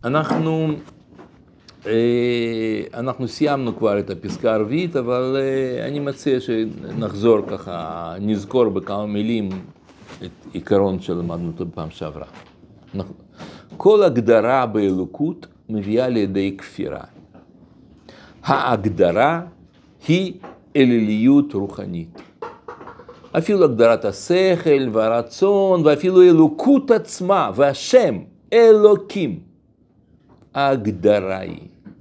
אנחנו סיימנו כבר את הפסקה הרביעית, אבל אני מציע שנחזור ככה, נזכור בכמה מילים את עיקרון שלמדנו אותו בפעם שעברה. כל הגדרה באלוקות מביאה לידי כפירה. ההגדרה היא אליליות רוחנית. אפילו הגדרת השכל והרצון ואפילו אלוקות עצמה והשם, אלוקים. ההגדרה היא.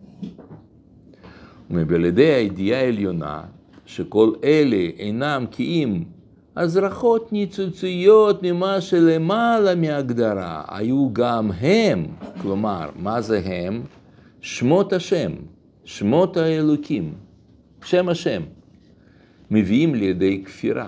ועל ידי הידיעה העליונה שכל אלה אינם כי אם הזרחות ניצוציות ממה שלמעלה מהגדרה, היו גם הם, כלומר, מה זה הם? שמות השם, שמות האלוקים, שם השם, מביאים לידי כפירה.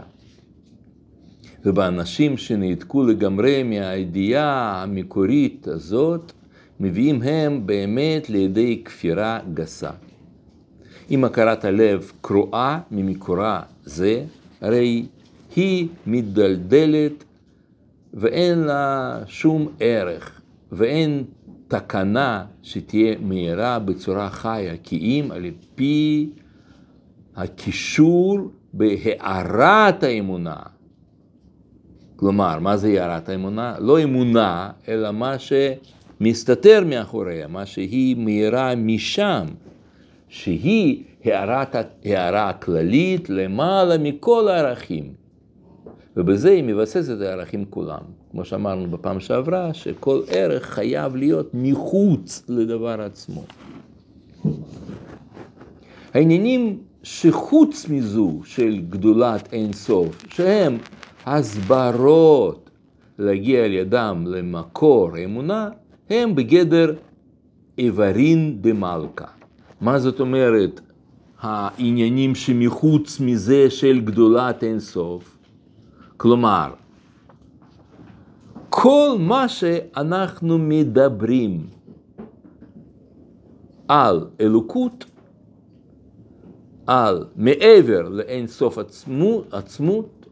ובאנשים שנעתקו לגמרי מהידיעה המקורית הזאת, מביאים הם באמת לידי כפירה גסה. אם הכרת הלב קרועה ממקורה זה, הרי היא מתדלדלת ואין לה שום ערך, ואין תקנה שתהיה מהירה בצורה חיה, כי אם על פי הקישור בהארת האמונה. כלומר, מה זה הארת האמונה? לא אמונה, אלא מה שמסתתר מאחוריה, מה שהיא מהירה משם, שהיא הערה הכללית למעלה מכל הערכים. ובזה היא מבססת את הערכים כולם. כמו שאמרנו בפעם שעברה, שכל ערך חייב להיות מחוץ לדבר עצמו. העניינים שחוץ מזו של גדולת אין סוף, שהם הסברות להגיע על ידם למקור האמונה, הם בגדר איברין דמלכה. מה זאת אומרת העניינים שמחוץ מזה של גדולת אין סוף? כלומר, כל מה שאנחנו מדברים על אלוקות, על מעבר לאין סוף עצמות,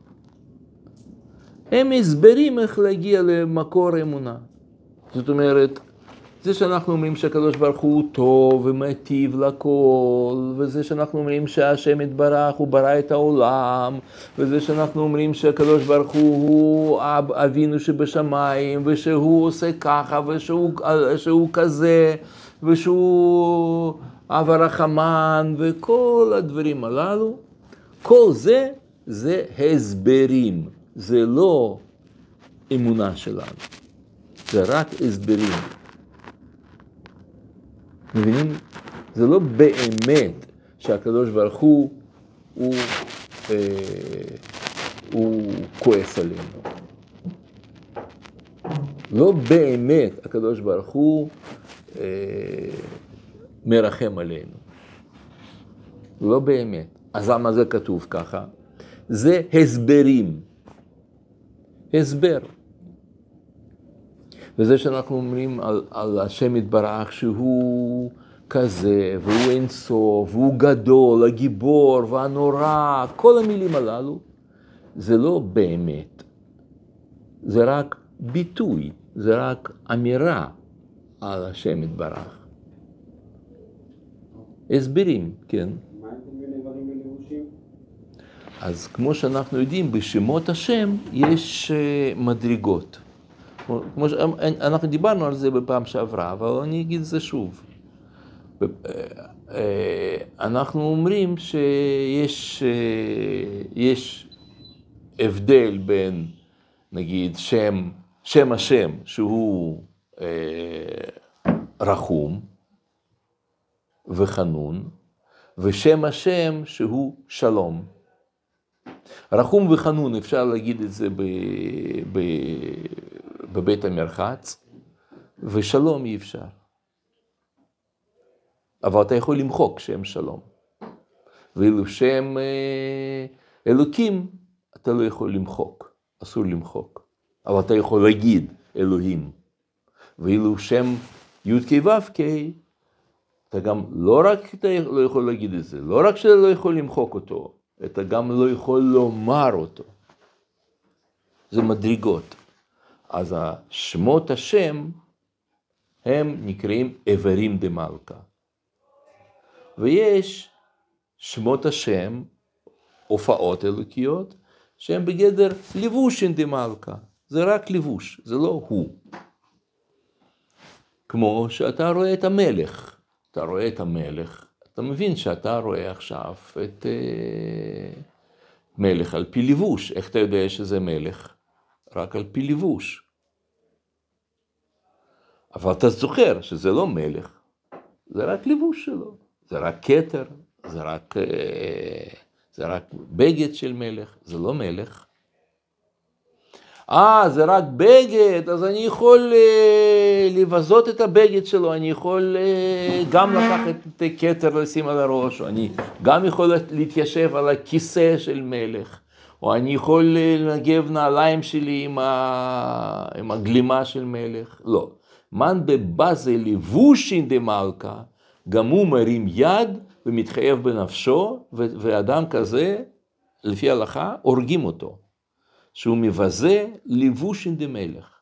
הם הסברים איך להגיע למקור האמונה. זאת אומרת, זה שאנחנו אומרים שהקדוש ברוך הוא טוב ומטיב לכל, וזה שאנחנו אומרים שהשם יתברך הוא ברא את העולם, וזה שאנחנו אומרים שהקדוש ברוך הוא אבינו שבשמיים, ושהוא עושה ככה, ושהוא כזה, ושהוא אב הרחמן, וכל הדברים הללו, כל זה הסברים, זה לא אמונה שלנו, זה רק הסברים. מבינים? זה לא באמת שהקדוש ברוך הוא כועס עלינו. לא באמת הקדוש ברוך הוא מרחם עלינו. לא באמת. אז למה זה כתוב ככה? זה הסברים. הסבר. וזה שאנחנו אומרים על השם יתברך שהוא כזה, והוא אין סוף, והוא גדול, הגיבור והנורא, כל המילים הללו, זה לא באמת. זה רק ביטוי, זה רק אמירה על השם יתברך. הסברים, כן. מה אתם בנברים ולבושים? אז כמו שאנחנו יודעים, בשמות השם יש מדרגות. כמו שאנחנו דיברנו על זה בפעם שעברה, אבל אני אגיד את זה שוב. אנחנו אומרים שיש הבדל בין, נגיד, שם השם שהוא רחום וחנון, ושם השם שהוא שלום. רחום וחנון אפשר להגיד את זה בבית המרחץ, ושלום אי אפשר. אבל אתה יכול למחוק שם שלום. ואילו שם אלוקים, אתה לא יכול למחוק, אסור למחוק. אבל אתה יכול להגיד אלוהים. ואילו שם י' כ' ו' כ', אתה גם לא רק אתה לא יכול להגיד את זה, לא רק שאתה לא יכול למחוק אותו, אתה גם לא יכול לומר אותו. זה מדרגות. אז שמות השם הם נקראים איברים דמלכה. ויש שמות השם, הופעות אלוקיות, שהם בגדר לבושין דמלכה. זה רק לבוש, זה לא הוא. כמו שאתה רואה את המלך. אתה רואה את המלך, אתה מבין שאתה רואה עכשיו את מלך על פי לבוש. איך אתה יודע שזה מלך? רק על פי לבוש. אבל אתה זוכר שזה לא מלך, זה רק לבוש שלו. זה רק כתר, זה רק בגד של מלך, זה לא מלך. זה רק בגד, אז אני יכול לבזות את הבגד שלו, אני יכול גם לקחת את הכתר לשים על הראש, או אני גם יכול להתיישב על הכיסא של מלך, או אני יכול לנגב נעליים שלי עם הגלימה של מלך. לא. מן בבזה לבושין דמלכה, גם הוא מרים יד ומתחייב בנפשו, ואדם כזה, לפי ההלכה, הורגים אותו. שהוא מבזה לבושין דמלך.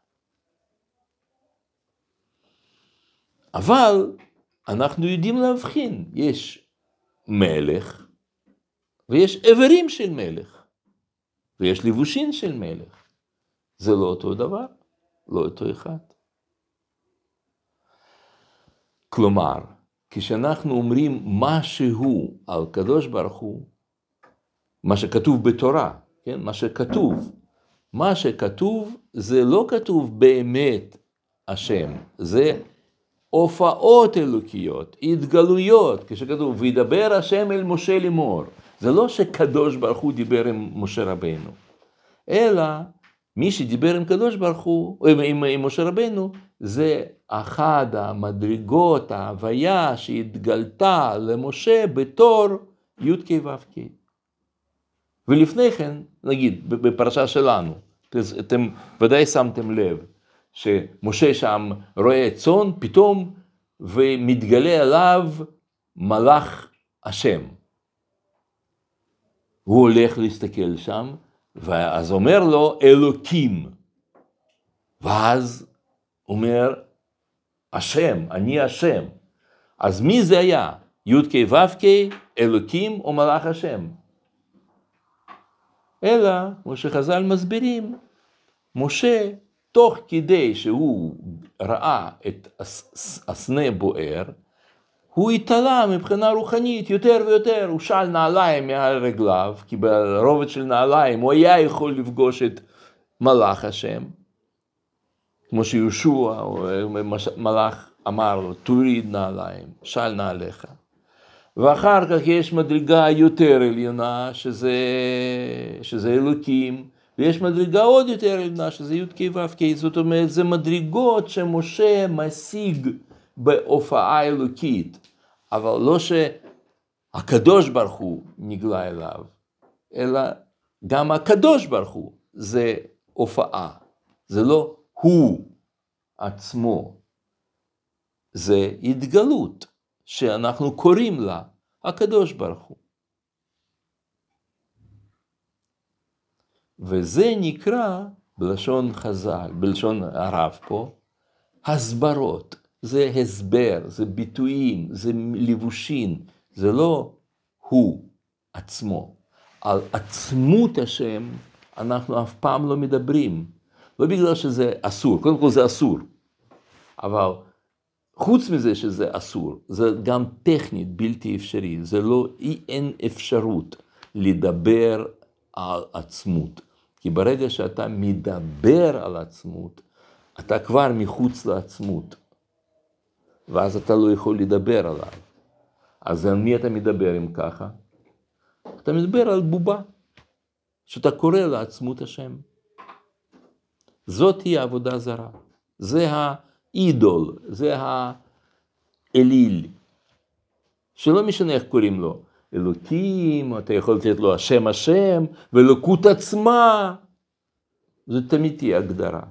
אבל אנחנו יודעים להבחין, יש מלך ויש איברים של מלך ויש לבושין של מלך. זה לא אותו דבר, לא אותו אחד. כלומר, כשאנחנו אומרים משהו על קדוש ברוך הוא, מה שכתוב בתורה, כן? מה שכתוב זה לא כתוב באמת השם, זה הופעות אלוקיות, התגלויות, כשכתוב וידבר השם אל משה לאמור. זה לא שקדוש ברוך הוא דיבר עם משה רבנו, אלא מי שדיבר עם קדוש ברוך הוא, עם משה רבנו, זה אחד המדרגות, ההוויה שהתגלתה למשה בתור י' כ' ו' כ'. ולפני כן, נגיד, בפרשה שלנו, אתם ודאי שמתם לב, שמשה שם רואה צאן פתאום, ומתגלה עליו מלאך השם. הוא הולך להסתכל שם, ואז אומר לו אלוקים. ואז אומר, השם, אני השם. אז מי זה היה? י' כ' ו' כ', אלוקים או מלאך השם? אלא, כמו שחז"ל מסבירים, משה, תוך כדי שהוא ראה את הסנה בוער, הוא התעלה מבחינה רוחנית יותר ויותר, הוא שאל נעליים מעל רגליו, כי ברובד של נעליים הוא היה יכול לפגוש את מלאך השם, כמו שיהושע, מלאך אמר לו, תוריד נעליים, שאל נעליך. ואחר כך יש מדרגה יותר עליונה, שזה אלוקים, ויש מדרגה עוד יותר עליונה, שזה י' כ' ו' כ'. זאת אומרת, זה מדרגות שמשה משיג בהופעה אלוקית, אבל לא שהקדוש ברוך הוא נגלה אליו, אלא גם הקדוש ברוך הוא זה הופעה, זה לא הוא עצמו, זה התגלות שאנחנו קוראים לה הקדוש ברוך הוא. וזה נקרא בלשון חז"ל, בלשון הרב פה, הסברות. זה הסבר, זה ביטויים, זה לבושין, זה לא הוא עצמו. על עצמות השם אנחנו אף פעם לא מדברים, לא בגלל שזה אסור, קודם כל זה אסור, אבל חוץ מזה שזה אסור, זה גם טכנית בלתי אפשרי, זה לא, אין אפשרות לדבר על עצמות, כי ברגע שאתה מדבר על עצמות, אתה כבר מחוץ לעצמות, ואז אתה לא יכול לדבר עליו. אז על מי אתה מדבר אם ככה? אתה מדבר על בובה, שאתה קורא לעצמות השם. זאת היא העבודה זרה, זה האידול, זה האליל, שלא משנה איך קוראים לו, אלוקים, אתה יכול לתת לו השם השם, ואלוקות עצמה, זו תמיד תהיה הגדרה.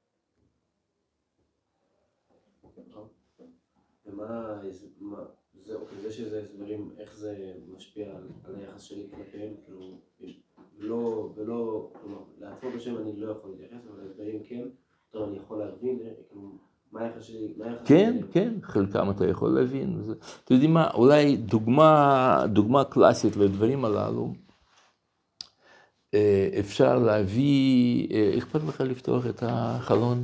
זה שזה הסברים, איך זה משפיע על היחס שלי כלפיהם, כאילו, ולא, כלומר, לעצמות השם אני לא יכול להתייחס, אבל הסברים כן, טוב, אני יכול להבין, כאילו, מה היחס שלי? כן, כן, חלקם אתה יכול להבין. אתם יודעים מה, אולי דוגמה קלאסית לדברים הללו, אפשר להביא, אכפת לך לפתוח את החלון?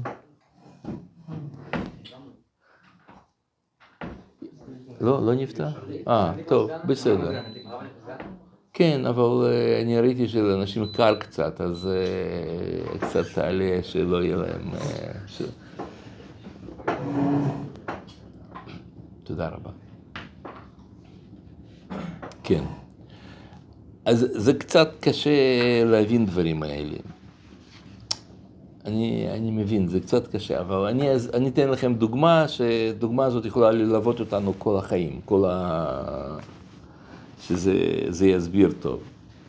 לא נפתח? טוב, בסדר. כן, אבל אני ראיתי שלאנשים קר קצת, אז קצת תעלה שלא יהיה להם... תודה רבה. כן. אז זה קצת קשה להבין דברים האלה. אני מבין, זה קצת קשה, אבל אני אתן לכם דוגמה, שדוגמה הזאת יכולה ללוות אותנו כל החיים, שזה יסביר טוב.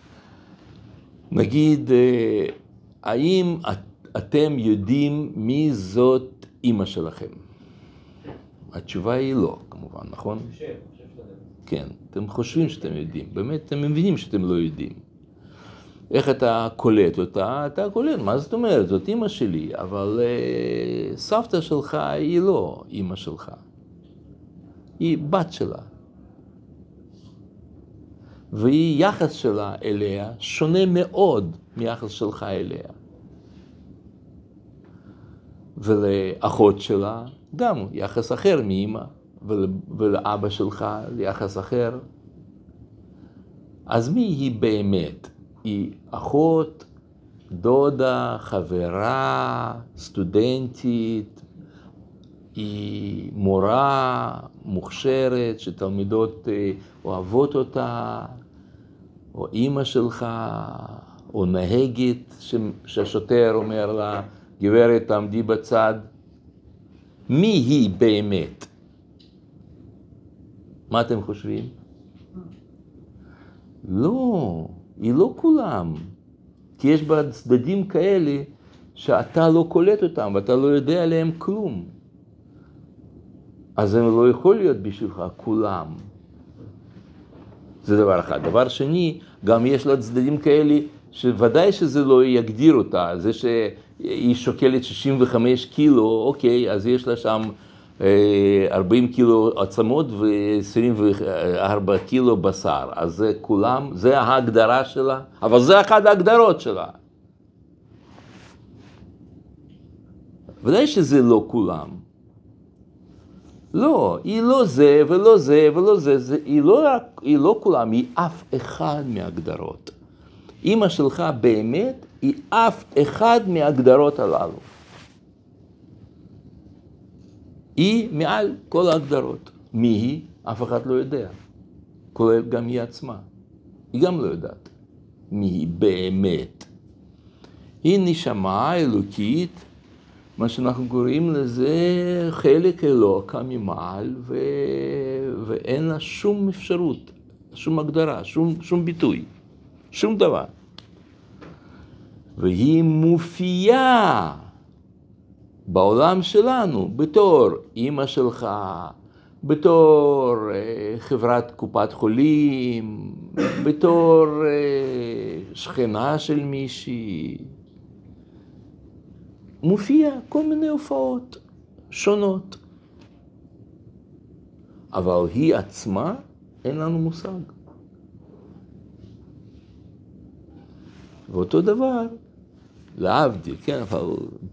נגיד, האם אתם יודעים מי זאת אמא שלכם? התשובה היא לא, כמובן, נכון? כן, אתם חושבים שאתם יודעים, באמת אתם מבינים שאתם לא יודעים. איך אתה קולט אותה? אתה קולט, מה זאת אומרת? זאת אמא שלי, אבל סבתא שלך היא לא אמא שלך. היא בת שלה. והיא יחס שלה אליה שונה מאוד מיחס שלך אליה. ולאחות שלה גם יחס אחר מאמא, ולאבא שלך יחס אחר. אז מי היא באמת? היא אחות, דודה, חברה, סטודנטית, היא מורה מוכשרת שתלמידות אוהבות אותה, או אמא שלך, או נהגת שהשוטר אומר לה, גברת תעמדי בצד. מי היא באמת? מה אתם חושבים? לא, היא לא כולם. כי יש בה צדדים כאלה שאתה לא קולט אותם ואתה לא יודע עליהם כלום. אז הם לא יכול להיות בשבילך כולם. זה דבר אחד. דבר שני, גם יש לה צדדים כאלה שוודאי שזה לא יגדיר אותה. זה שהיא שוקלת 65 קילו, אוקיי, אז יש לה שם 40 קילו עצמות ו24 קילו בשר. אז זה כולם, זה ההגדרה שלה, אבל זה אחת ההגדרות שלה. ודאי שזה לא כולם. לא, היא לא זה ולא זה ולא זה, היא לא כולם, היא אף אחד מההגדרות. אמא שלך באמת היא אף אחד מההגדרות הללו. היא מעל כל ההגדרות. מי היא? אף אחד לא יודע. כולל גם היא עצמה. היא גם לא יודעת מי היא באמת. היא נשמה אלוקית, מה שאנחנו קוראים לזה חלק אלוקה ממעל, ואין לה שום אפשרות, שום הגדרה, שום ביטוי, שום דבר. והיא מופיעה בעולם שלנו בתור אמא שלך, בתור חברת קופת חולים, בתור שכנה של מישהי. מופיע כל מיני הופעות שונות. אבל היא עצמה, אין לנו מושג. ואותו דבר, להבדיל, כן, אבל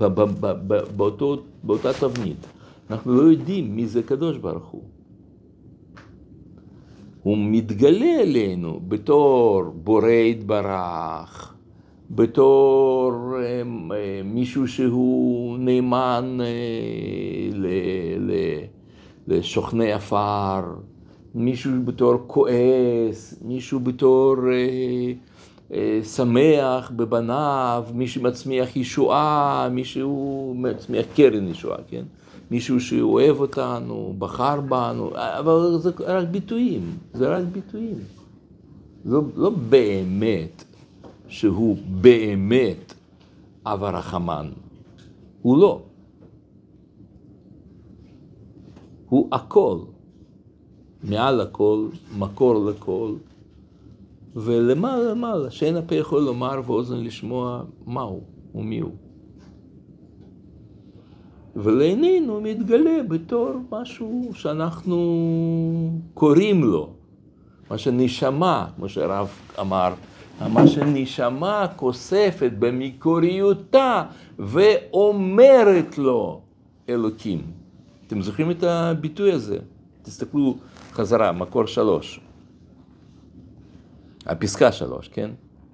באותה תבנית, אנחנו לא יודעים מי זה קדוש ברוך הוא. הוא מתגלה אלינו בתור בורא יתברך, בתור מישהו שהוא נאמן לשוכני עפר, מישהו בתור כועס, מישהו בתור שמח בבניו, מישהו מצמיח ישועה, מישהו מצמיח קרן ישועה, כן? מישהו שאוהב אותנו, בחר בנו, אבל זה רק ביטויים, זה רק ביטויים. לא באמת שהוא באמת אב הרחמן. הוא לא. הוא הכל. מעל הכל, מקור לכל. ולמעלה, שאין הפה יכול לומר ואוזן לשמוע מהו ומי הוא. ולעינינו מתגלה בתור משהו שאנחנו קוראים לו, מה שנשמה, כמו שהרב אמר, מה שנשמה כוספת במקוריותה ואומרת לו אלוקים. אתם זוכרים את הביטוי הזה? תסתכלו חזרה, מקור 3. הפסקה 3, כן?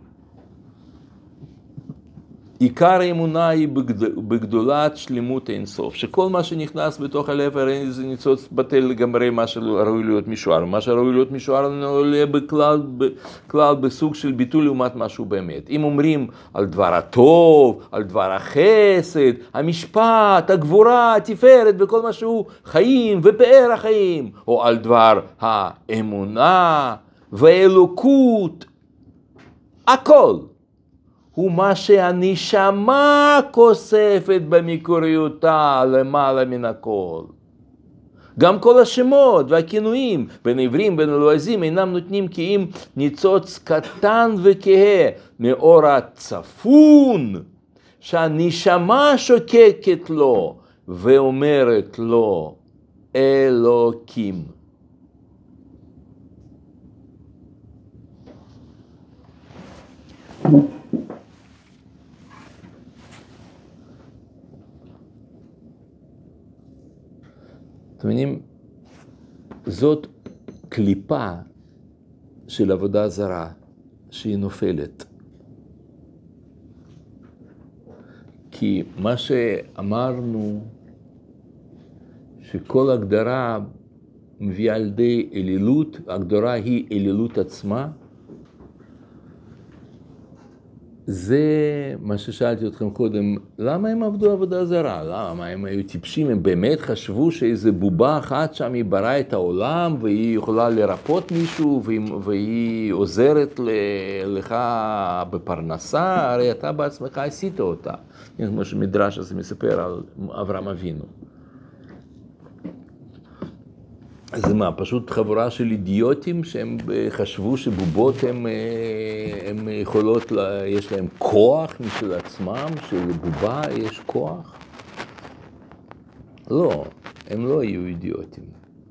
עיקר האמונה היא בגדולת שלמות אינסוף, שכל מה שנכנס בתוך הלב הרי זה ניצוץ בטל לגמרי מה שראוי להיות משוער, מה שראוי להיות משוער עולה בכלל בסוג של ביטול לעומת משהו באמת. אם אומרים על דבר הטוב, על דבר החסד, המשפט, הגבורה, התפארת וכל מה שהוא חיים ופאר החיים, או על דבר האמונה והאלוקות, הכל הוא מה שהנשמה כוספת במקוריותה למעלה מן הכל. גם כל השמות והכינויים בין עברים בין הלועזים אינם נותנים כי אם ניצוץ קטן וכהה מאור הצפון שהנשמה שוקקת לו ואומרת לו אלוקים. אתם מבינים, זאת קליפה של עבודה זרה שהיא נופלת. כי מה שאמרנו, שכל הגדרה מביאה על ידי אלילות, הגדרה היא אלילות עצמה, זה מה ששאלתי אתכם קודם, למה הם עבדו עבודה זרה? למה הם היו טיפשים? הם באמת חשבו שאיזו בובה אחת שם היא בראה את העולם והיא יכולה לרפות מישהו והיא עוזרת לך בפרנסה? הרי אתה בעצמך עשית אותה. כמו שמדרש הזה מספר על אברהם אבינו. אז מה, פשוט חבורה של אידיוטים שהם חשבו שבובות הם יכולות, יש להם כוח משל עצמם, שלבובה יש כוח? לא, הם לא היו אידיוטים.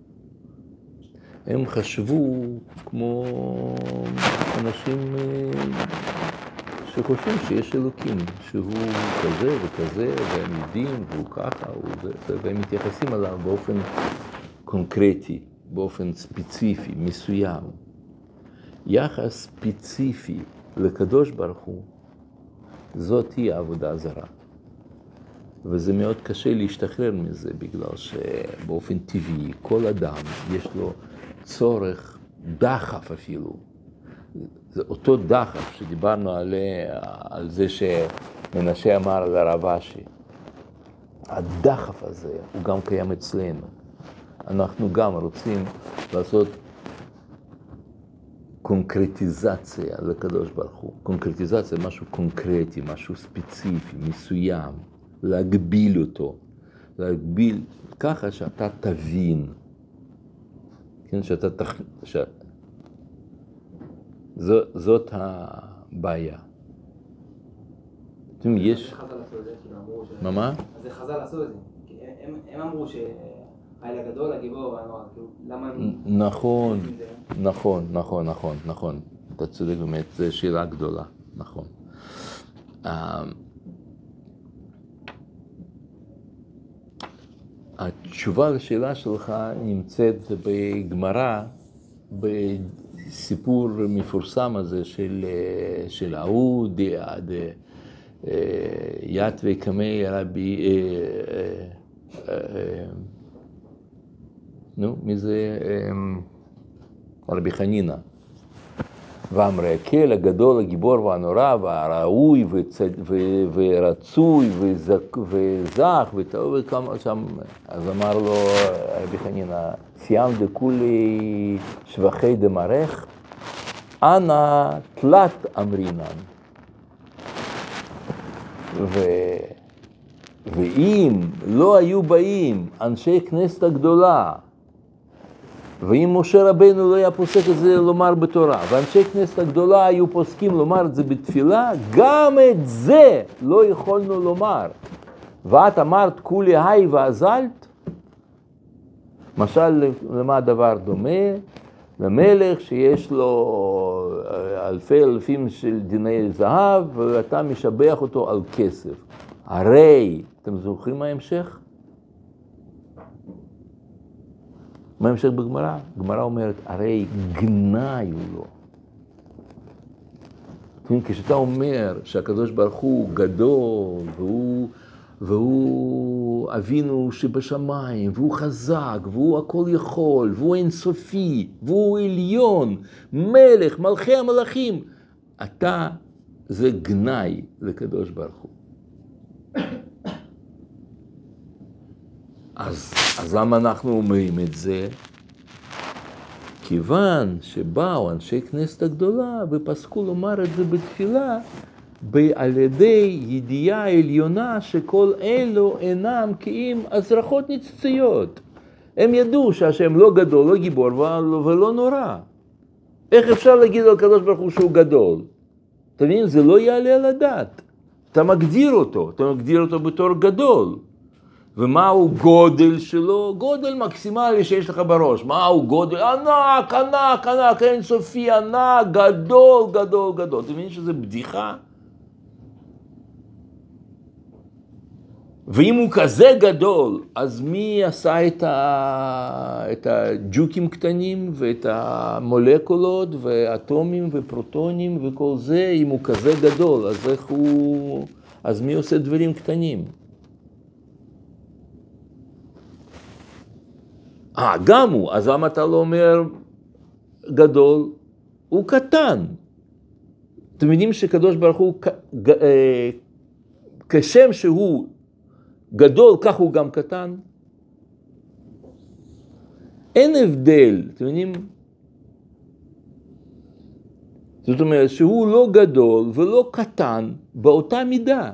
הם חשבו כמו אנשים שחושבים שיש אלוקים, שהוא כזה וכזה, והם יודעים, והוא ככה, והם מתייחסים עליו באופן קונקרטי, באופן ספציפי, מסוים. יחס ספציפי לקדוש ברוך הוא, זאת היא העבודה הזרה. וזה מאוד קשה להשתחרר מזה, בגלל שבאופן טבעי, כל אדם יש לו צורך דחף אפילו. זה אותו דחף שדיברנו על זה שמנשה אמר על הרב אשי. הדחף הזה הוא גם קיים אצלנו. אנחנו גם רוצים לעשות קונקרטיזציה לקדוש ברוך הוא. קונקרטיזציה זה משהו קונקרטי, משהו ספציפי, מסוים. להגביל אותו. להגביל ככה שאתה תבין. כן, זאת הבעיה. אתם יודעים, יש... מה? אז זה חז"ל עשו את זה. הם אמרו האל הגדול, הגיבור, למה הם... נכון. אתה צודק באמת, זו שאלה גדולה, נכון. התשובה לשאלה שלך נמצאת בגמרא, בסיפור מפורסם הזה של ההוא, יד וקמי רבי... מי זה? רבי חנינא. ואמר, הקל הגדול, הגיבור והנורא, והראוי ורצוי וזך וטוב וכמה שם. אז אמר לו רבי חנינא, סיים דכולי שבחי דמרך, אנא תלת אמרינן. ואם לא היו באים אנשי כנסת הגדולה, ואם משה רבינו לא היה פוסק את זה לומר בתורה, ואנשי כנסת הגדולה היו פוסקים לומר את זה בתפילה, גם את זה לא יכולנו לומר. ואת אמרת כולי היי ואזלת, משל למה הדבר דומה? למלך שיש לו אלפים של דיני זהב, ואתה משבח אותו על כסף. הרי, אתם זוכרים מה ההמשך? מה ההמשך בגמרא? גמרא אומרת, הרי גנאי הוא לא. כשאתה אומר שהקדוש ברוך הוא גדול, והוא אבינו שבשמיים, והוא חזק, והוא הכל יכול, והוא אינסופי, והוא עליון, מלך, מלכי המלכים, אתה זה גנאי לקדוש ברוך הוא. אז למה אנחנו אומרים את זה? כיוון שבאו אנשי כנסת הגדולה ופסקו לומר את זה בתפילה, על ידי ידיעה עליונה שכל אלו אינם כי אם הזרחות ניצוציות. הם ידעו שהשם לא גדול, לא גיבור ולא נורא. איך אפשר להגיד על הקדוש ברוך הוא שהוא גדול? אתה מבין? זה לא יעלה על הדעת. אתה מגדיר אותו בתור גדול. ומהו גודל שלו? גודל מקסימלי שיש לך בראש. מהו גודל? ענק, ענק, ענק, אינסופי, ענק, גדול, גדול, גדול. אתה מבין שזה בדיחה? ואם הוא כזה גדול, אז מי עשה את הג'וקים קטנים ואת המולקולות ואטומים ופרוטונים וכל זה? אם הוא כזה גדול, אז מי עושה דברים קטנים? גם הוא, אז למה אתה לא אומר גדול? הוא קטן. אתם יודעים שקדוש ברוך הוא, כשם שהוא גדול, כך הוא גם קטן? אין הבדל, אתם יודעים? זאת אומרת שהוא לא גדול ולא קטן באותה מידה.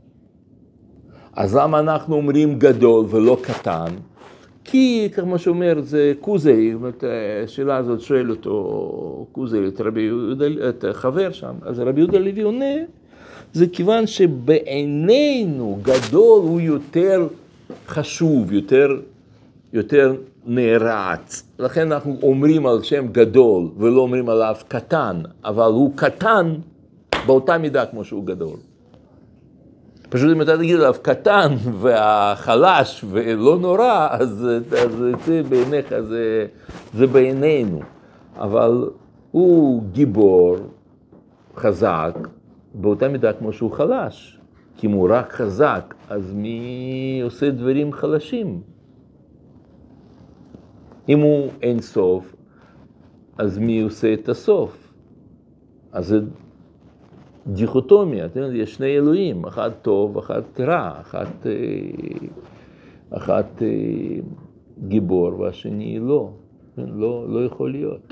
אז למה אנחנו אומרים גדול ולא קטן? כי, כמו שאומר, זה קוזי, השאלה הזאת שואל אותו קוזי, את חבר שם, אז רבי יהודה הלוי עונה, זה כיוון שבעינינו גדול הוא יותר חשוב, יותר נערץ. לכן אנחנו אומרים על שם גדול ולא אומרים עליו קטן, אבל הוא קטן באותה מידה כמו שהוא גדול. פשוט אם אתה תגיד עליו קטן והחלש ולא נורא, אז זה בעיניך, זה בעינינו. אבל הוא גיבור חזק באותה מידה כמו שהוא חלש. כי אם הוא רק חזק, אז מי עושה דברים חלשים? אם הוא אין סוף, אז מי עושה את הסוף? אז זה דיכוטומיה, אתם יודעים, יש שני אלוהים, אחד טוב, אחד רע, אחת גיבור והשני לא. לא יכול להיות.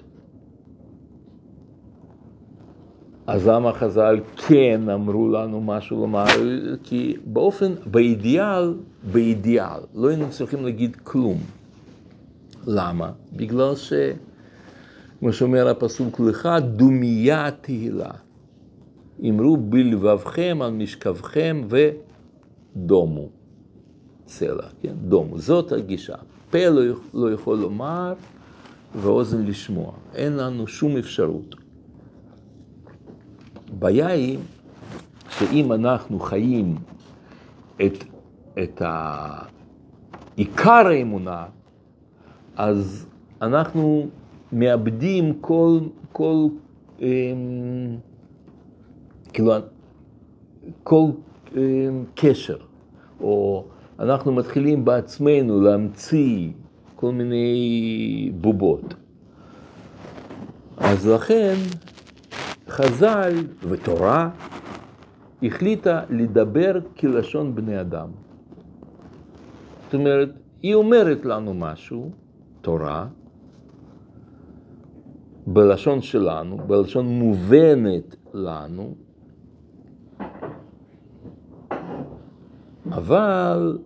אז למה חז"ל כן אמרו לנו משהו לומר? כי באידיאל, לא היינו צריכים להגיד כלום. למה? בגלל כמו שאומר הפסוק לך, דומיה תהילה. אמרו בלבבכם על משכבכם ודומו. סלע, כן? דומו. זאת הגישה. פה לא יכול לומר ואוזן לשמוע. אין לנו שום אפשרות. הבעיה היא שאם אנחנו חיים את עיקר האמונה, אז אנחנו מאבדים כל קשר, או אנחנו מתחילים בעצמנו להמציא כל מיני בובות. אז לכן חז"ל ותורה החליטה לדבר כלשון בני אדם. זאת אומרת, היא אומרת לנו משהו, תורה, בלשון שלנו, בלשון מובנת לנו, אבל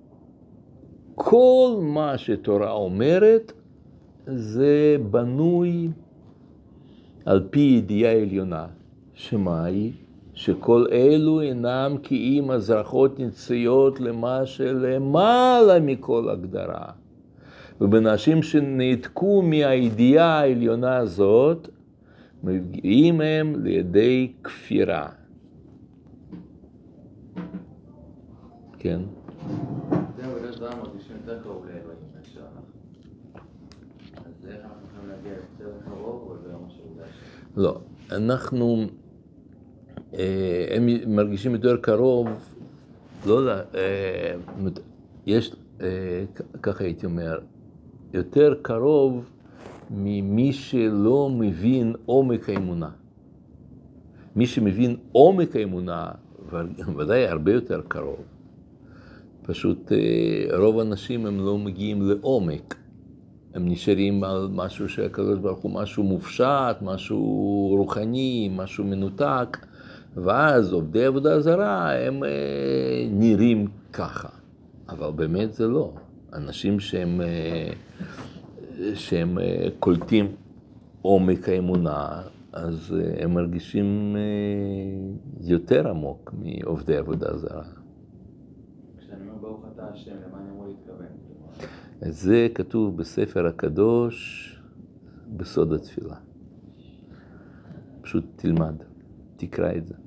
כל מה שתורה אומרת זה בנוי על פי ידיעה עליונה. שמה היא? שכל אלו אינם כי אם הזרחות נציות למה שלמעלה מכל הגדרה. ובנשים שנעתקו מהידיעה העליונה הזאת, מגיעים הם לידי כפירה. כן? זהו, יש דברים מרגישים יותר קרוב לאלוהים מאשר אנחנו. אז איך אנחנו יכולים להגיע יותר קרוב או זה משהו עובדה? לא, אנחנו, הם מרגישים יותר קרוב, לא, יש, ככה הייתי אומר, יותר קרוב ממי שלא מבין עומק האמונה. מי שמבין עומק האמונה, ודאי הרבה יותר קרוב. פשוט רוב האנשים הם לא מגיעים לעומק. הם נשארים על משהו שהקדוש ברוך הוא משהו מופשט, משהו רוחני, משהו מנותק, ואז עובדי עבודה זרה הם נראים ככה. אבל באמת זה לא. אנשים שהם קולטים עומק האמונה, אז הם מרגישים יותר עמוק מעובדי עבודה זרה. כשאני אומר ברוך אתה השם, למה אני אמור להתכוון? זה כתוב בספר הקדוש, בסוד התפילה. פשוט תלמד, תקרא את זה.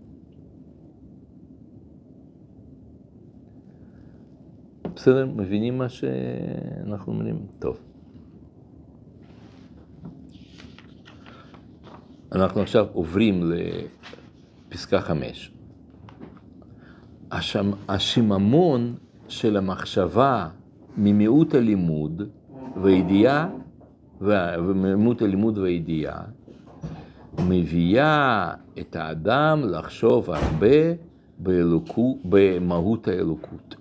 בסדר, מבינים מה שאנחנו אומרים? טוב. אנחנו עכשיו עוברים לפסקה 5. השיממון של המחשבה ממיעוט הלימוד והידיעה, וממיעוט הלימוד והידיעה, מביאה את האדם לחשוב הרבה במהות האלוקות.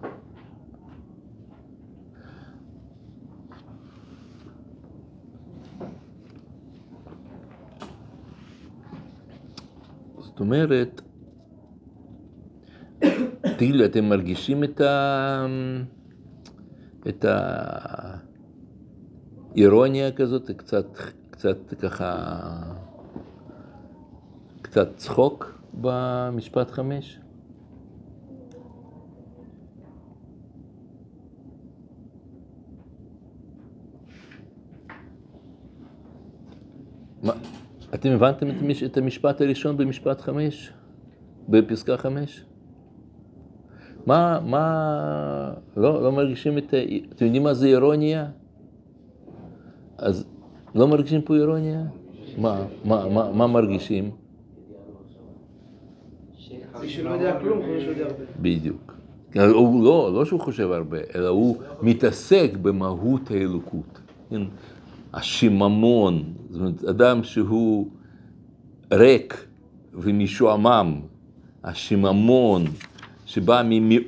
זאת אומרת, תגידו, אתם מרגישים את האירוניה כזאת, קצת ככה, קצת צחוק במשפט 5? אתם הבנתם את המשפט הראשון במשפט 5? בפסקה 5? לא מרגישים אתם יודעים מה זה אירוניה? אז לא מרגישים פה אירוניה? מה מרגישים? מי שלא יודע כלום, חושב שהוא יודע הרבה. בדיוק. לא שהוא חושב הרבה, אלא הוא מתעסק במהות האלוקות. השיממון, זאת אומרת, אדם שהוא ריק ומשועמם, השיממון שבא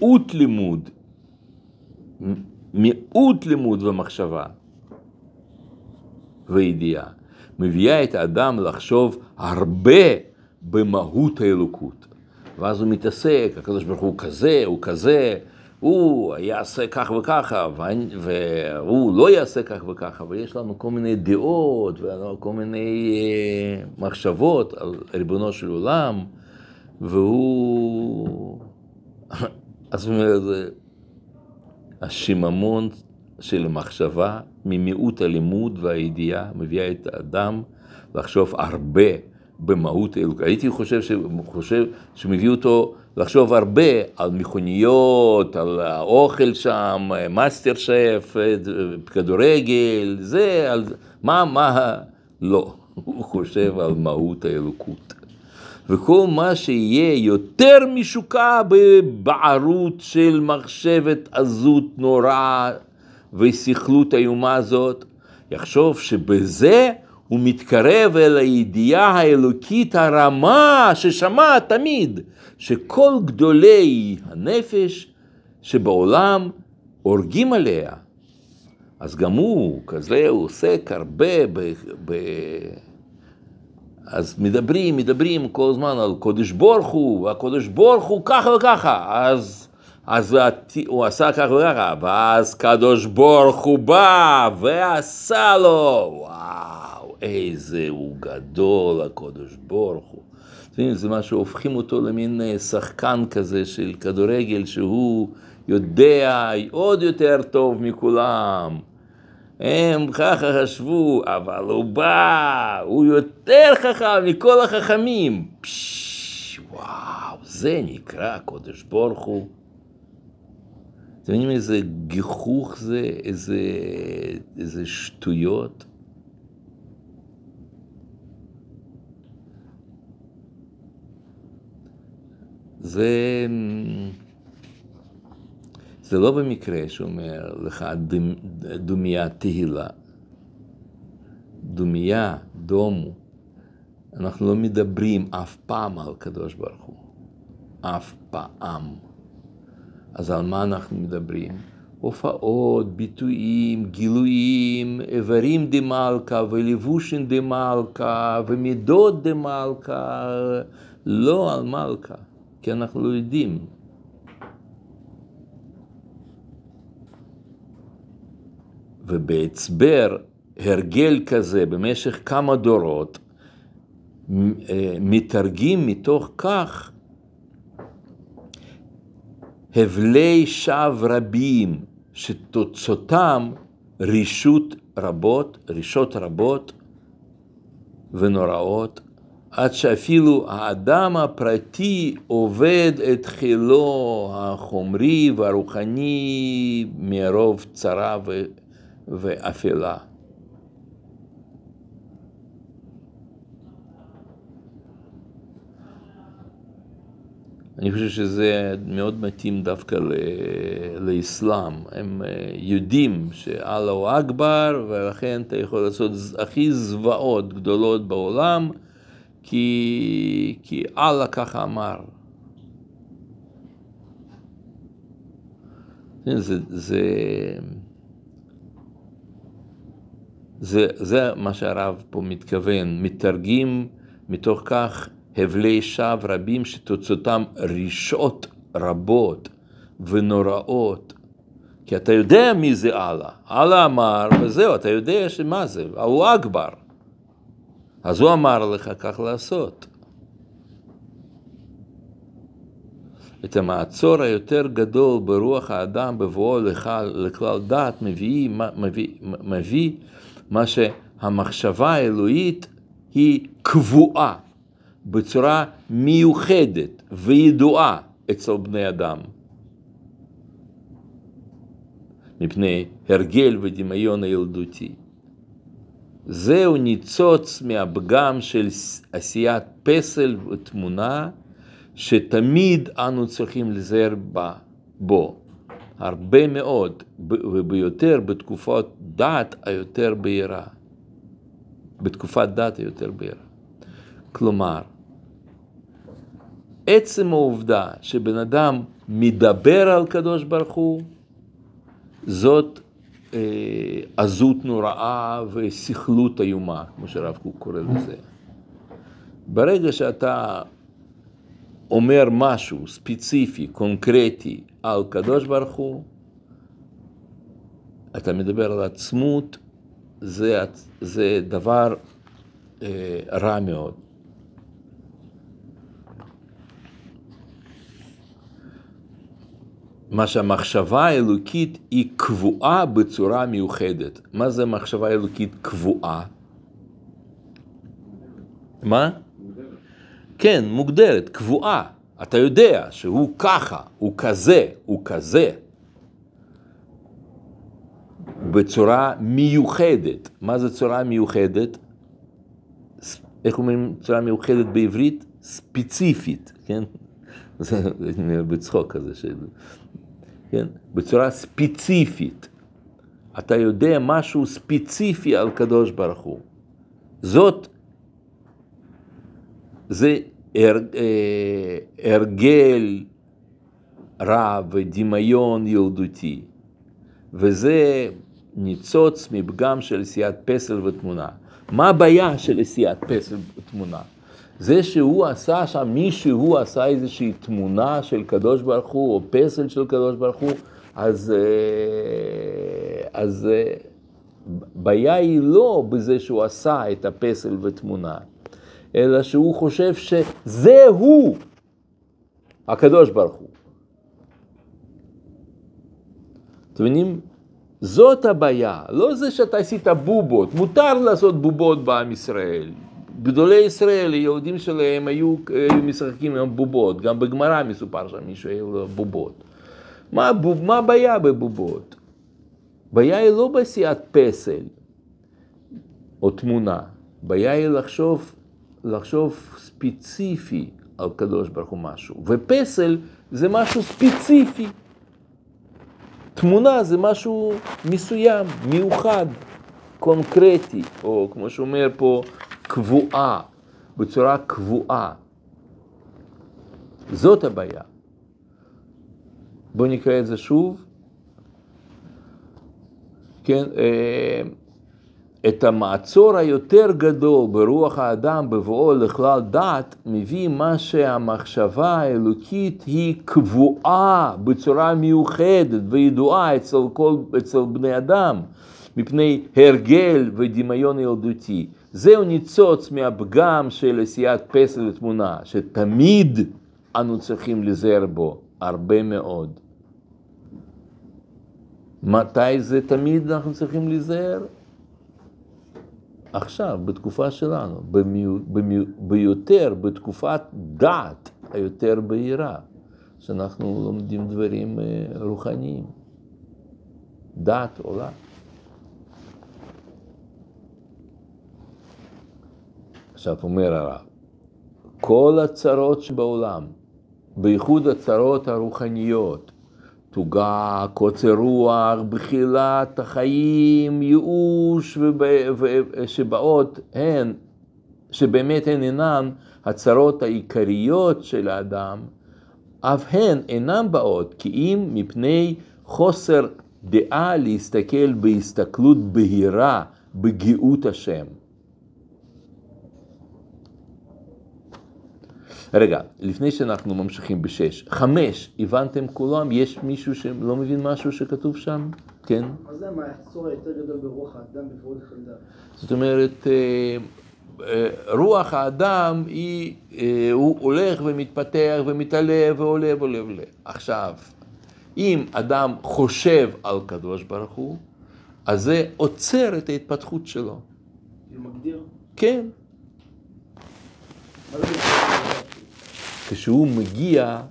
מיעוט לימוד ומחשבה וידיעה, מביאה את האדם לחשוב הרבה במהות האלוקות. ואז הוא מתעסק, הקדוש ברוך הוא כזה, הוא יעשה כך וככה, והוא לא יעשה כך וככה, ויש לנו כל מיני דעות, וכל מיני מחשבות על ריבונו של עולם, והוא... אז זאת אומרת, השיממון של המחשבה ממיעוט הלימוד והידיעה מביאה את האדם לחשוב הרבה במהות האלוקות. הייתי חושב שמביא אותו לחשוב הרבה על מכוניות, על האוכל שם, מאסטר שף, כדורגל, זה, על לא, הוא חושב על מהות האלוקות. וכל מה שיהיה יותר משוקע בבערות של מחשבת עזות נורא ושכלות האיומה הזאת, יחשוב שבזה הוא מתקרב אל הידיעה האלוקית הרמה ששמע תמיד, שכל גדולי הנפש שבעולם הורגים עליה. אז גם הוא, כזה, הוא עוסק הרבה אז מדברים כל הזמן על קודש ברוך הוא, והקודש ברוך הוא ככה וככה, אז הוא עשה ככה וככה, ואז קדוש ברוך הוא בא ועשה לו, וואו, איזה הוא גדול הקודש ברוך הוא. זה מה שהופכים אותו למין שחקן כזה של כדורגל, שהוא יודע עוד יותר טוב מכולם. הם ככה חשבו, אבל הוא בא, הוא יותר חכם מכל החכמים. וואו, זה נקרא קודש ברוך הוא. אתם יודעים איזה גיחוך זה, איזה שטויות. זה לא במקרה שאומר לך דומיה תהילה. דומיה, דומו. אנחנו לא מדברים אף פעם על קדוש ברוך הוא. אף פעם. אז על מה אנחנו מדברים? הופעות, ביטויים, גילויים, איברים דמלכה ולבושין דמלכה ומידות דמלכה. לא על מלכה, כי אנחנו לא יודעים. ובהצבר הרגל כזה במשך כמה דורות, מתרגים מתוך כך הבלי שווא רבים שתוצאתם רישות רבות ונוראות, עד שאפילו האדם הפרטי עובד את חילו החומרי והרוחני מרוב צרה ואפלה. אני חושב שזה מאוד מתאים דווקא לאסלאם. הם יודעים שאללה הוא אכבר, ולכן אתה יכול לעשות הכי זוועות גדולות בעולם, כי אללה ככה אמר. זה מה שהרב פה מתכוון, מתרגים מתוך כך הבלי שווא רבים שתוצאותם רישות רבות ונוראות. כי אתה יודע מי זה אללה. אללה אמר, וזהו, אתה יודע שמה זה, הוא אכבר. אז הוא אמר לך כך לעשות. את המעצור היותר גדול ברוח האדם בבואו לכלל דעת מביא מה שהמחשבה האלוהית היא קבועה בצורה מיוחדת וידועה אצל בני אדם. מפני הרגל ודמיון הילדותי. זהו ניצוץ מהפגם של עשיית פסל ותמונה, שתמיד אנו צריכים לזהר בו. הרבה מאוד, וביותר בתקופת דת היותר בהירה. בתקופת דת היותר בהירה. כלומר, עצם העובדה שבן אדם מדבר על קדוש ברוך הוא, זאת עזות נוראה ושכלות איומה, כמו שהרב קוק קורא לזה. ברגע שאתה אומר משהו ספציפי, קונקרטי, על קדוש ברוך הוא, אתה מדבר על עצמות, זה דבר רע מאוד. מה שהמחשבה האלוקית היא קבועה בצורה מיוחדת. מה זה מחשבה אלוקית קבועה? מה? כן, מוגדרת, קבועה. אתה יודע שהוא ככה, הוא כזה, הוא כזה. בצורה מיוחדת. מה זה צורה מיוחדת? איך אומרים צורה מיוחדת בעברית? ספציפית, כן? זה בצחוק כזה של... כן? בצורה ספציפית. אתה יודע משהו ספציפי על קדוש ברוך הוא. זה הרגל רע ודמיון ילדותי. וזה ניצוץ מפגם של עשיית פסל ותמונה. מה הבעיה של עשיית פסל ותמונה? זה שהוא עשה שם, מישהו עשה איזושהי תמונה של קדוש ברוך הוא, או פסל של קדוש ברוך הוא, אז בעיה היא לא בזה שהוא עשה את הפסל ותמונה, אלא שהוא חושב שזה הוא, הקדוש ברוך הוא. אתם מבינים? זאת הבעיה, לא זה שאתה עשית בובות, מותר לעשות בובות בעם ישראל. גדולי ישראל, היהודים שלהם היו משחקים עם בובות, גם בגמרא מסופר שם מישהו היו לו בובות. מה הבעיה בבובות? הבעיה היא לא בעשיית פסל או תמונה, הבעיה היא לחשוב ספציפי על קדוש ברוך הוא משהו, ופסל זה משהו ספציפי. תמונה זה משהו מסוים, מיוחד, קונקרטי, או כמו שאומר פה, קבועה, בצורה קבועה. זאת הבעיה. בואו נקרא את זה שוב. כן, את המעצור היותר גדול ברוח האדם בבואו לכלל דעת, מביא מה שהמחשבה האלוקית היא קבועה בצורה מיוחדת וידועה אצל בני אדם, מפני הרגל ודמיון ילדותי. זהו ניצוץ מהפגם של עשיית פסל ותמונה, שתמיד אנו צריכים להיזהר בו, הרבה מאוד. מתי זה תמיד אנחנו צריכים להיזהר? עכשיו, בתקופה שלנו, ביותר, בתקופת דעת היותר בהירה, שאנחנו לומדים דברים רוחניים. דעת עולה. עכשיו אומר הרב, כל הצרות שבעולם, בייחוד הצרות הרוחניות, תוגה, קוצר רוח, בחילת החיים, ייאוש שבאות הן, שבאמת הן אינן הצרות העיקריות של האדם, אף הן אינן באות כי אם מפני חוסר דעה להסתכל בהסתכלות בהירה בגאות השם. רגע, לפני שאנחנו ממשיכים ב6, 5, הבנתם כולם? יש מישהו שלא מבין משהו שכתוב שם? כן? אז זה מה, היצור היותר גדול ברוח האדם בבואו לכלל דעת. זאת אומרת, רוח האדם הוא הולך ומתפתח ומתעלה ועולה ועולה ועולה. עכשיו, אם אדם חושב על קדוש ברוך הוא, אז זה עוצר את ההתפתחות שלו. הוא מגדיר? כן. מה זה מגדיר? כשהוא מגיע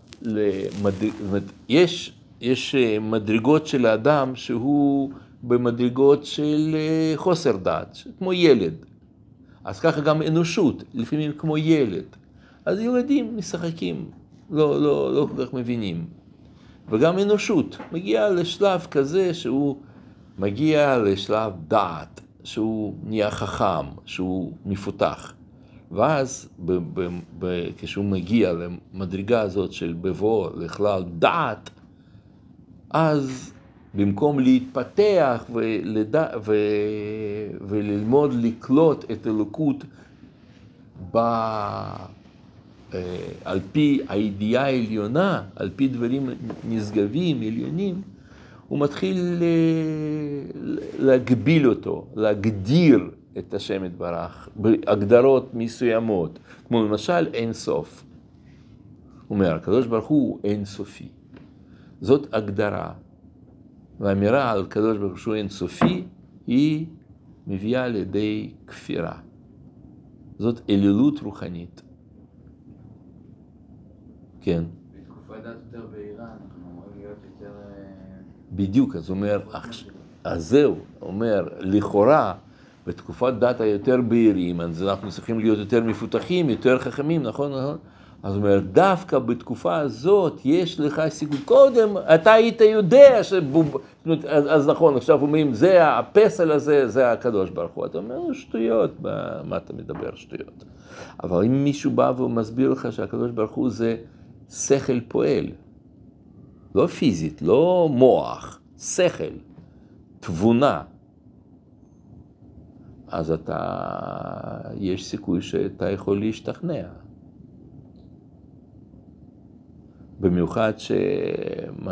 יש מדרגות של האדם שהוא במדרגות של חוסר דעת, כמו ילד. אז ככה גם אנושות, לפעמים כמו ילד. אז ילדים משחקים, לא כל כך מבינים. וגם אנושות מגיע לשלב כזה שהוא מגיע לשלב דעת, שהוא נהיה חכם, שהוא מפותח. ואז כשהוא מגיע למדרגה הזאת של בבוא לכלל דעת, אז במקום להתפתח וללמוד לקלוט את אלוקות על פי הידיעה העליונה, על פי דברים נשגבים, עליונים, הוא מתחיל להגביל אותו, להגדיר את השם יתברך, בהגדרות מסוימות, כמו למשל אין סוף. הוא אומר, הקדוש ברוך הוא אין סופי. זאת הגדרה. והאמירה על הקדוש ברוך הוא אין סופי, היא מביאה לידי כפירה. זאת אלילות רוחנית. כן. בתקופה דת יותר בהירה, אנחנו אמורים להיות יותר... בדיוק, אז הוא אומר, אז זהו, אומר, לכאורה, בתקופת דת היותר בהירים, אז אנחנו צריכים להיות יותר מפותחים, יותר חכמים, נכון? אז הוא אומר, דווקא בתקופה הזאת יש לך סיכוי. קודם אתה היית יודע אז נכון, עכשיו אומרים, זה הפסל הזה, זה הקדוש ברוך הוא. אתה אומר, שטויות, מה אתה מדבר שטויות? אבל אם מישהו בא ומסביר לך שהקדוש ברוך הוא זה שכל פועל, לא פיזית, לא מוח, שכל, תבונה, אז יש סיכוי שאתה יכול להשתכנע. במיוחד שמה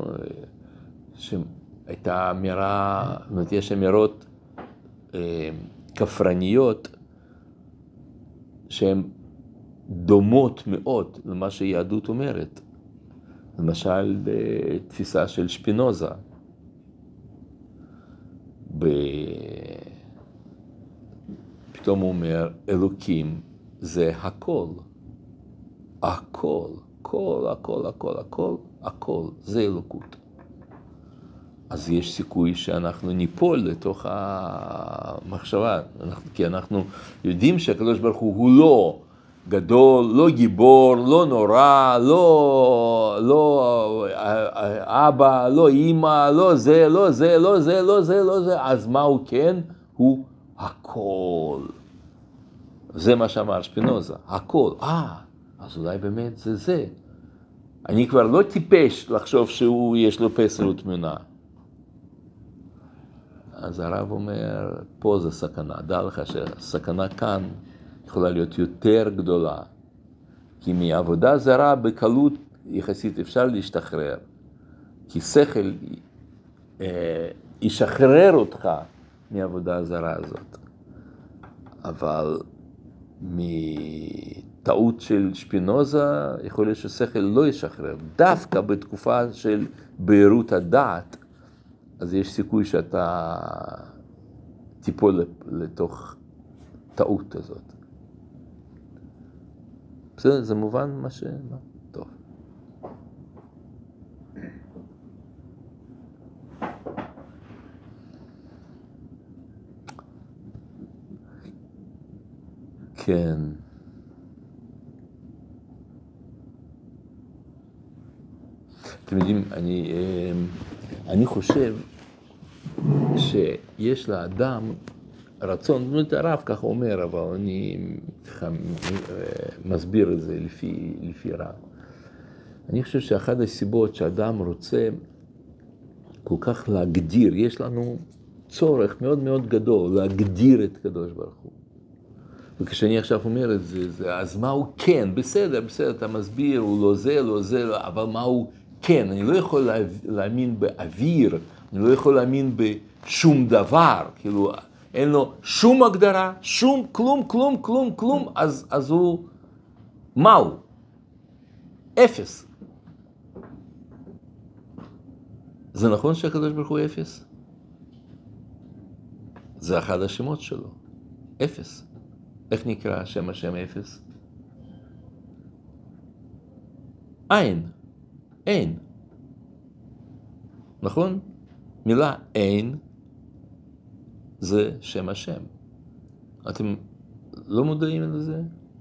שהייתה אמירה, זאת אומרת, יש אמירות כפרניות שהן דומות מאוד למה שיהדות אומרת. למשל, בתפיסה של שפינוזה. פתאום הוא אומר, אלוקים זה הכל. הכל, הכל, זה אלוקות. אז יש סיכוי שאנחנו ניפול לתוך המחשבה, כי אנחנו יודעים שהקדוש ברוך הוא לא גדול, לא גיבור, לא נורא, לא אבא, לא אמא, לא זה, אז מה הוא כן? הוא הכל. זה מה שאמר שפינוזה, הכל. אז אולי באמת זה. אני כבר לא טיפש לחשוב יש לו פסל ותמונה. אז הרב אומר, פה זה סכנה. דע לך שהסכנה כאן יכולה להיות יותר גדולה. כי מעבודה זרה בקלות יחסית אפשר להשתחרר. כי שכל ישחרר אותך מעבודה הזרה הזאת. אבל מטעות של שפינוזה יכול להיות ששכל לא ישחרר. דווקא בתקופה של בהירות הדעת, אז יש סיכוי שאתה תיפול לתוך טעות הזאת. בסדר, זה מובן מה ש... טוב. כן. אתם יודעים, אני חושב שיש לאדם רצון, זאת אומרת, הרב ככה אומר, אבל אני מסביר את זה לפי רב. אני חושב שאחת הסיבות שאדם רוצה כל כך להגדיר, יש לנו צורך מאוד מאוד גדול להגדיר את הקדוש ברוך הוא. וכשאני עכשיו אומר את זה, אז מה הוא כן? בסדר, אתה מסביר, הוא לא זה, אבל מה הוא כן? אני לא יכול להאמין באוויר, אני לא יכול להאמין בשום דבר, כאילו, אין לו שום הגדרה, שום, כלום, אז הוא, מה הוא? אפס. זה נכון שהקדוש ברוך הוא אפס? זה אחד השמות שלו, אפס. איך נקרא שם השם אפס? אין. נכון? מילה אין זה שם השם. אתם לא מודעים לזה?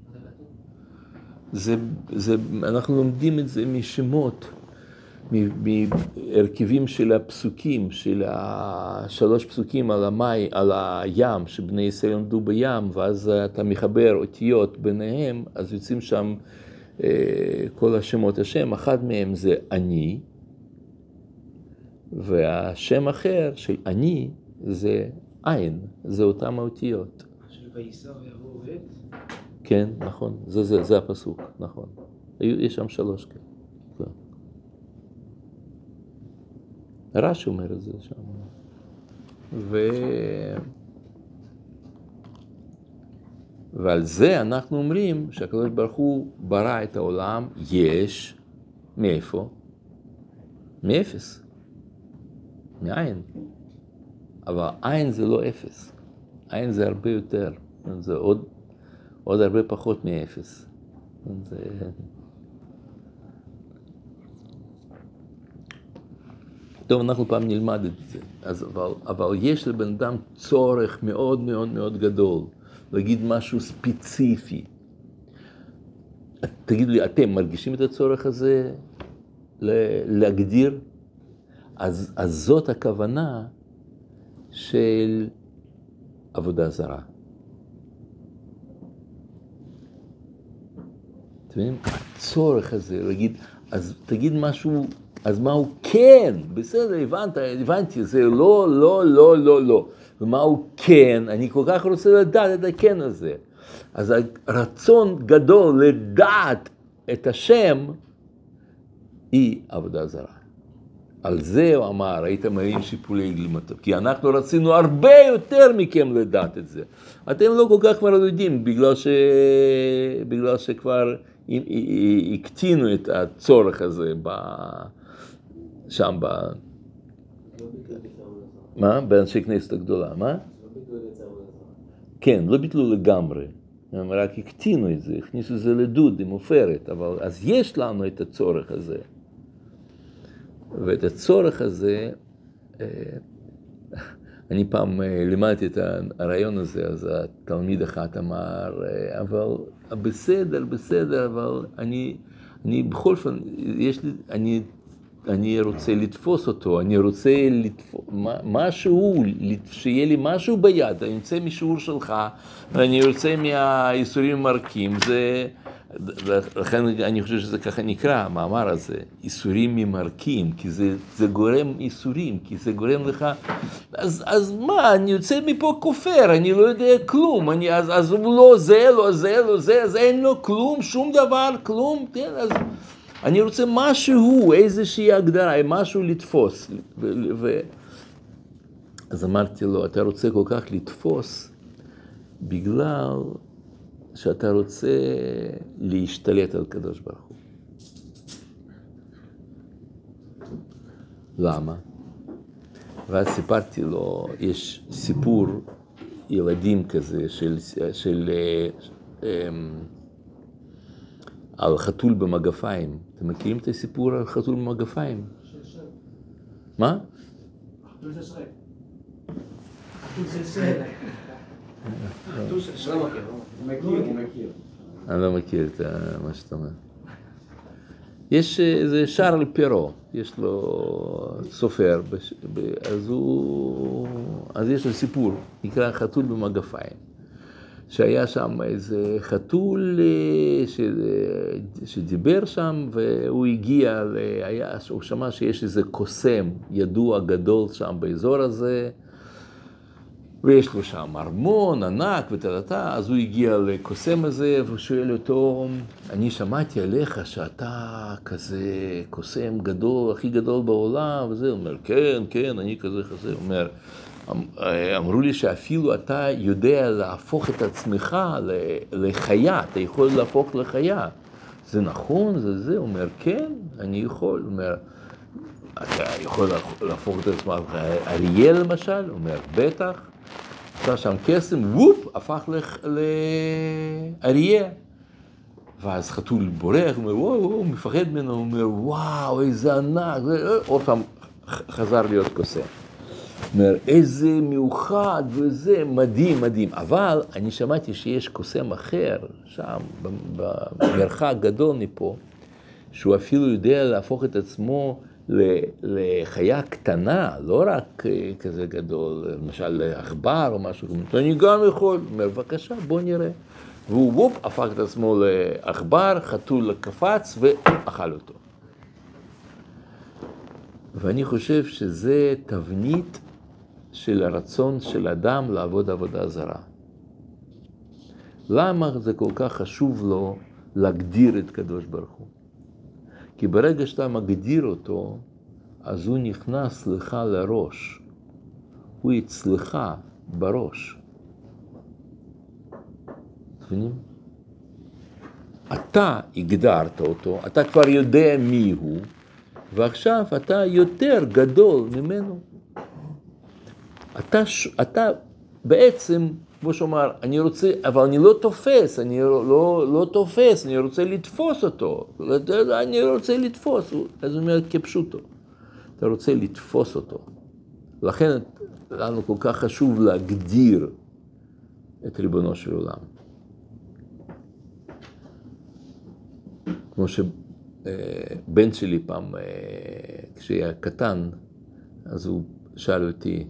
אנחנו לומדים את זה משמות, מהרכיבים של הפסוקים, של שלוש פסוקים על הים, שבני ישראל עמדו בים, ואז אתה מחבר אותיות ביניהם, אז יוצאים שם כל השמות השם. אחד מהם זה אני, והשם אחר של אני זה אין, זה אותם האותיות. של וייסע ויבוא עת? כן, נכון, זה הפסוק, נכון. יש שם שלוש כאלה. רש"י אומר את זה שם. ועל זה אנחנו אומרים שהקדוש ברוך הוא ברא את העולם, יש, מאיפה? מאפס. מאין. אבל אין זה לא אפס. אין זה הרבה יותר. זה עוד הרבה פחות מאפס. זה... טוב, אנחנו פעם נלמד את זה. אבל יש לבן אדם צורך מאוד מאוד מאוד גדול להגיד משהו ספציפי. תגידו לי, אתם מרגישים את הצורך הזה להגדיר? אז זאת הכוונה של עבודה זרה. אתם מבינים? הצורך הזה להגיד, אז תגיד משהו, אז מה הוא כן? בסדר, הבנתי, זה לא. ומה הוא כן? אני כל כך רוצה לדעת את הכן הזה. אז הרצון גדול לדעת את השם היא עבודה זרה. על זה הוא אמר, הייתם מראים שיפולי גלימתו, כי אנחנו רצינו הרבה יותר מכם לדעת את זה. אתם לא כל כך כבר יודעים, בגלל שכבר הקטינו את הצורך הזה שם מה? באנשי כנסת הגדולה, מה? כן, לא ביטלו לגמרי, הם רק הקטינו את זה, הכניסו את זה לדוד עם עופרת, אבל אז יש לנו את הצורך הזה. ואת הצורך הזה, אני פעם לימדתי את הרעיון הזה, אז התלמיד אחד אמר, אבל בסדר, אבל אני בכל פעם, אני רוצה לתפוס אותו, אני רוצה משהו, שיהיה לי משהו ביד, אני רוצה משיעור שלך, ואני רוצה מהאיסורים המרקים, לכן אני חושב שזה ככה נקרא, המאמר הזה, איסורים ממרקים, כי זה גורם איסורים, כי זה גורם לך, אז מה, אני יוצא מפה כופר, אני לא יודע כלום, אז לא זה, אז אין לו כלום, שום דבר, כלום, כן, אז אני רוצה משהו, איזושהי הגדרה, משהו לתפוס. אז אמרתי לו, אתה רוצה כל כך לתפוס, בגלל שאתה רוצה להשתלט על קדוש ברוך הוא. למה? ואז סיפרתי לו, יש סיפור ילדים כזה על חתול במגפיים. אתם מכירים את הסיפור על חתול במגפיים? מה? חתול של שרק. חתול של שרק. חתול של שרק. הוא מכיר. אני לא מכיר את מה שאתה אומר. יש איזה שרל פרו, יש לו סופר, אז יש לו סיפור, נקרא חתול במגפיים. שהיה שם איזה חתול שדיבר שם, והוא הגיע, הוא שמע שיש איזה קוסם ידוע גדול שם באזור הזה, ויש לו שם ארמון ענק ותדתה, אז הוא הגיע לקוסם הזה, והוא שואל אותו, אני שמעתי עליך שאתה כזה קוסם גדול, הכי גדול בעולם, וזה, הוא אומר, כן, אני כזה, הוא אומר, אמרו לי שאפילו אתה יודע להפוך את עצמך לחיה, אתה יכול להפוך לחיה. זה נכון? זה? הוא אומר, כן, אני יכול. הוא אומר, אתה יכול להפוך את עצמך לאריה למשל? הוא אומר, בטח. עשה שם קסם, וופ, הפך לאריה. ואז חתול בורח, הוא אומר, הוא מפחד ממנו, הוא אומר, וואו, איזה ענק. עוד פעם חזר להיות קוסם. אומר, איזה מיוחד וזה מדהים. אבל אני שמעתי שיש קוסם אחר שם, במרחק גדול מפה, שהוא אפילו יודע להפוך את עצמו לחיה קטנה, לא רק כזה גדול, למשל לעכבר או משהו, אני גם יכול, אומר, בבקשה, בוא נראה. והוא וופ, הפך את עצמו לעכבר, חתול קפץ ואכל אותו. ואני חושב שזה תבנית של הרצון של אדם לעבוד עבודה זרה. למה זה כל כך חשוב לו להגדיר את קדוש ברוך הוא? כי ברגע שאתה מגדיר אותו, אז הוא נכנס לך לראש. הוא אצלך בראש. מבינים? אתה הגדרת אותו, אתה כבר יודע מי הוא, ועכשיו אתה יותר גדול ממנו. אתה בעצם, כמו שאומר, אני רוצה, אבל אני לא תופס, לא תופס, אני רוצה לתפוס אותו. אני רוצה לתפוס, אז הוא אומר כפשוטו. אתה רוצה לתפוס אותו. לכן לנו כל כך חשוב להגדיר את ריבונו של עולם. כמו שבן שלי פעם, כשהיה קטן, אז הוא שאל אותי,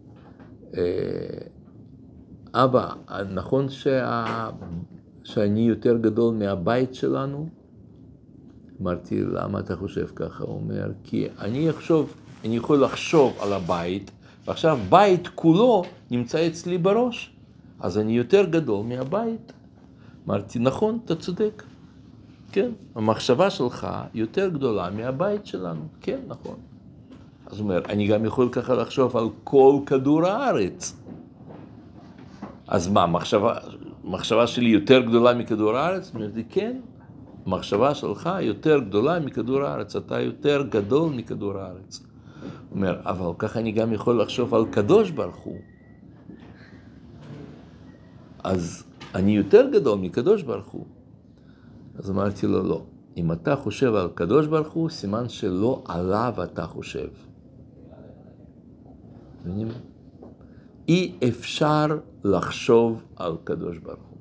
אבא, נכון שאני יותר גדול מהבית שלנו? אמרתי, למה אתה חושב ככה? הוא אומר, כי אני יכול לחשוב על הבית, ועכשיו בית כולו נמצא אצלי בראש, אז אני יותר גדול מהבית. אמרתי, נכון, אתה צודק. כן, המחשבה שלך יותר גדולה מהבית שלנו. כן, נכון. אז הוא אומר, אני גם יכול ככה לחשוב על כל כדור הארץ. אז מה, מחשבה שלי יותר גדולה מכדור הארץ? הוא אומר לי, כן, מחשבה שלך יותר גדולה מכדור הארץ, אתה יותר גדול מכדור הארץ. הוא אומר, אבל ככה אני גם יכול לחשוב על קדוש ברוך הוא. אז אני יותר גדול מקדוש ברוך הוא. אז אמרתי לו, לא. אם אתה חושב על קדוש ברוך הוא, סימן שלא עליו אתה חושב. מבינים? אי אפשר לחשוב על קדוש ברוך הוא.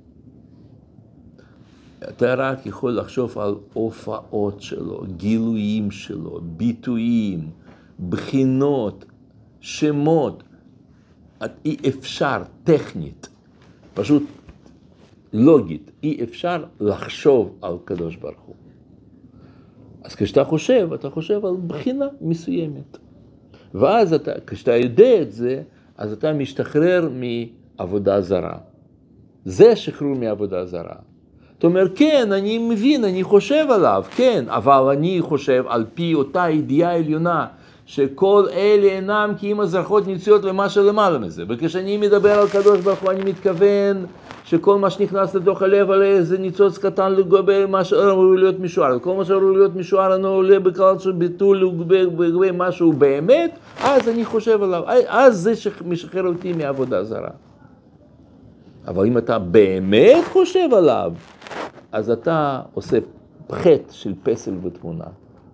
אתה רק יכול לחשוב על הופעות שלו, גילויים שלו, ביטויים, בחינות, שמות. אי אפשר טכנית, פשוט לוגית, אי אפשר לחשוב על קדוש ברוך הוא. אז כשאתה חושב, אתה חושב על בחינה מסוימת. ואז כשאתה יודע את זה, אז אתה משתחרר מעבודה זרה. זה שחרור מעבודה זרה. אתה אומר, כן, אני מבין, אני חושב עליו, כן, אבל אני חושב על פי אותה ידיעה עליונה, שכל אלה אינם כי אם הזרחות נמצאות למה שלמעלה מזה. וכשאני מדבר על קדוש ברוך הוא, אני מתכוון שכל מה שנכנס לתוך הלב עליה זה ניצוץ קטן לגבי מה שאמור להיות משוער. כל מה שאמור להיות משוער אני עולה בכלל של ביטול לגבי משהו באמת, אז אני חושב עליו, אז זה שמשחרר אותי מעבודה זרה. אבל אם אתה באמת חושב עליו, אז אתה עושה פחת של פסל ותמונה.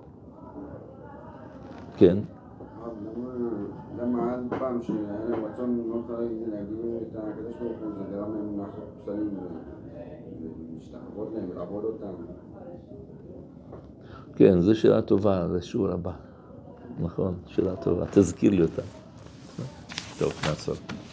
כן? למה עד פעם שהיה להם רצון מאוד חריג להגדיר את הקדוש ברוך הוא, זה גרם להם לעשות פסלים ולהשתחוות להם ולעבוד אותם? כן, זו שאלה טובה לשיעור הבא. נכון, שאלה טובה. תזכיר לי אותה. טוב, נעצור.